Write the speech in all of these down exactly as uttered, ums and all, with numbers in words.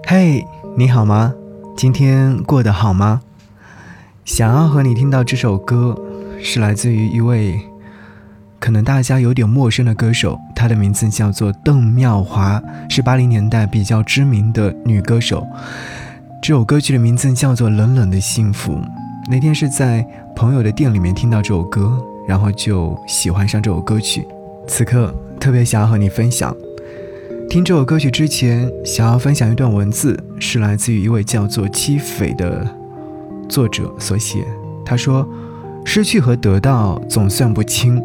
嘿、hey, 你好吗？今天过得好吗？想要和你听到这首歌，是来自于一位可能大家有点陌生的歌手，她的名字叫做邓妙华，是八零年代比较知名的女歌手。这首歌曲的名字叫做《冷冷的幸福》。那天是在朋友的店里面听到这首歌，然后就喜欢上这首歌曲。此刻特别想要和你分享。听这首歌曲之前，想要分享一段文字，是来自于一位叫做七斐的作者所写。他说：失去和得到总算不轻。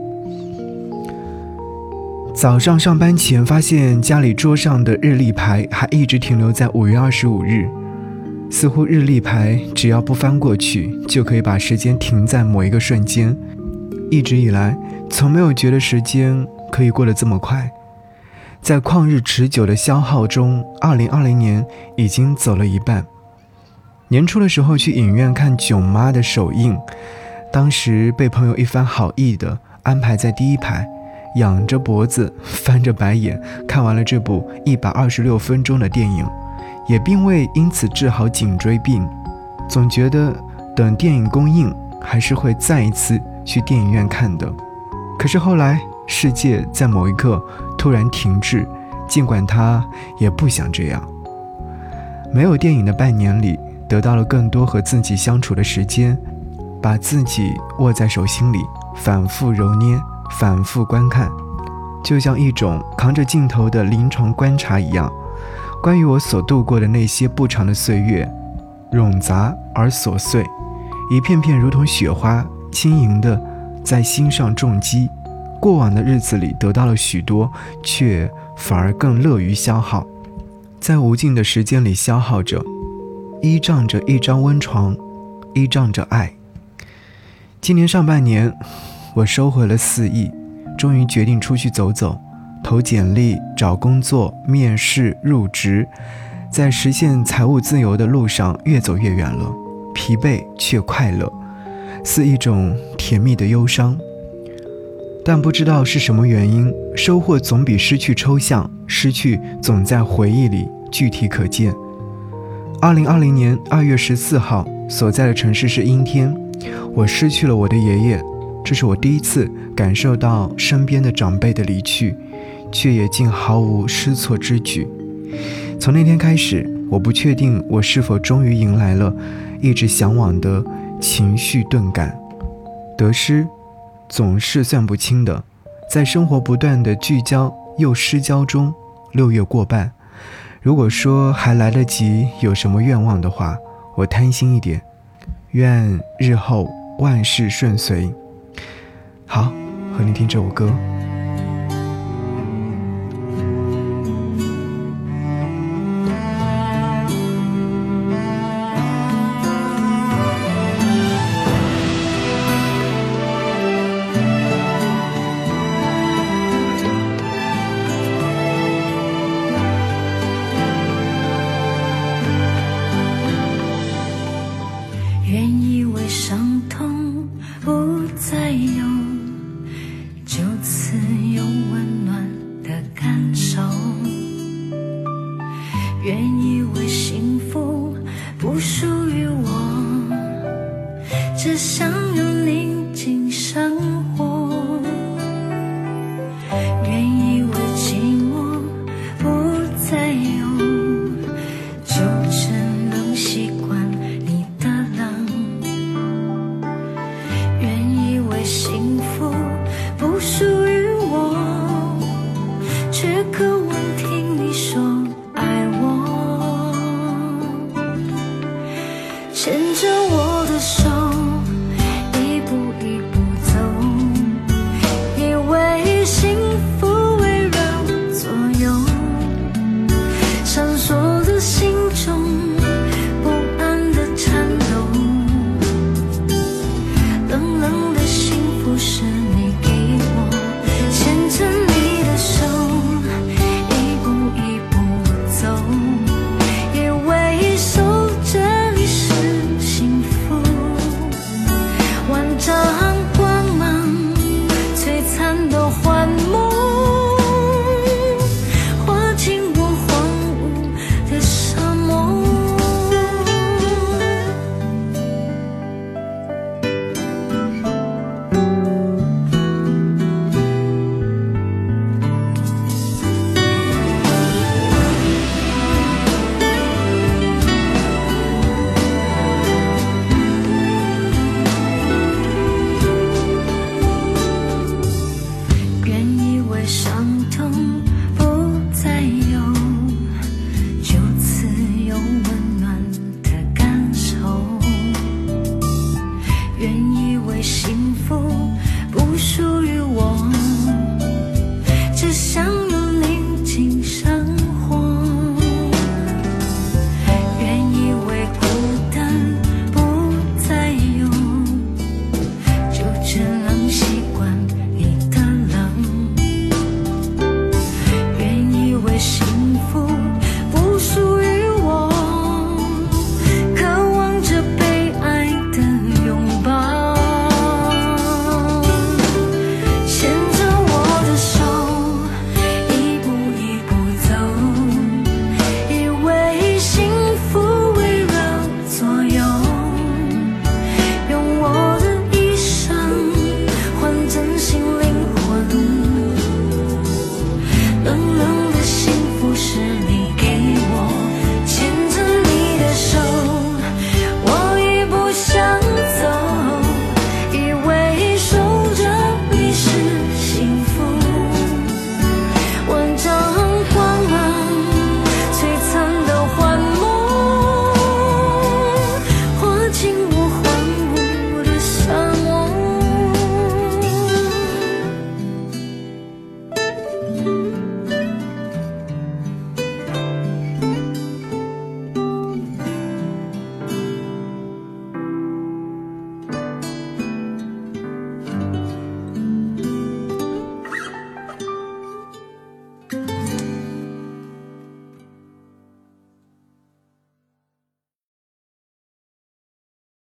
早上上班前发现家里桌上的日历牌还一直停留在五月二十五日，似乎日历牌只要不翻过去，就可以把时间停在某一个瞬间。一直以来从没有觉得时间可以过得这么快。在旷日持久的消耗中，二零二零年已经走了一半。年初的时候去影院看囧妈的首映，当时被朋友一番好意的安排在第一排，仰着脖子翻着白眼看完了这部一百二十六分钟的电影，也并未因此治好颈椎病。总觉得等电影公映还是会再一次去电影院看的。可是后来世界在某一刻突然停滞，尽管他也不想这样。没有电影的半年里，得到了更多和自己相处的时间，把自己握在手心里，反复揉捏，反复观看，就像一种扛着镜头的临床观察一样。关于我所度过的那些不长的岁月，冗杂而琐碎，一片片如同雪花，轻盈地在心上重击。过往的日子里得到了许多，却反而更乐于消耗，在无尽的时间里消耗着，依仗着一张温床，依仗着爱。今年上半年，我收回了四亿，终于决定出去走走，投简历，找工作，面试，入职，在实现财务自由的路上越走越远了，疲惫却快乐，似一种甜蜜的忧伤。但不知道是什么原因，收获总比失去抽象，失去总在回忆里具体可见。二零二零年二月十四号，所在的城市是阴天，我失去了我的爷爷，这是我第一次感受到身边的长辈的离去，却也竟毫无失措之举。从那天开始，我不确定我是否终于迎来了一直向往的情绪钝感。得失总是算不清的，在生活不断的聚焦又失焦中，六月过半。如果说还来得及有什么愿望的话，我贪心一点，愿日后万事顺遂。好，和你听这首歌。 原以为伤痛不再有，就此有温暖的感受。原以为幸福不属于我，只想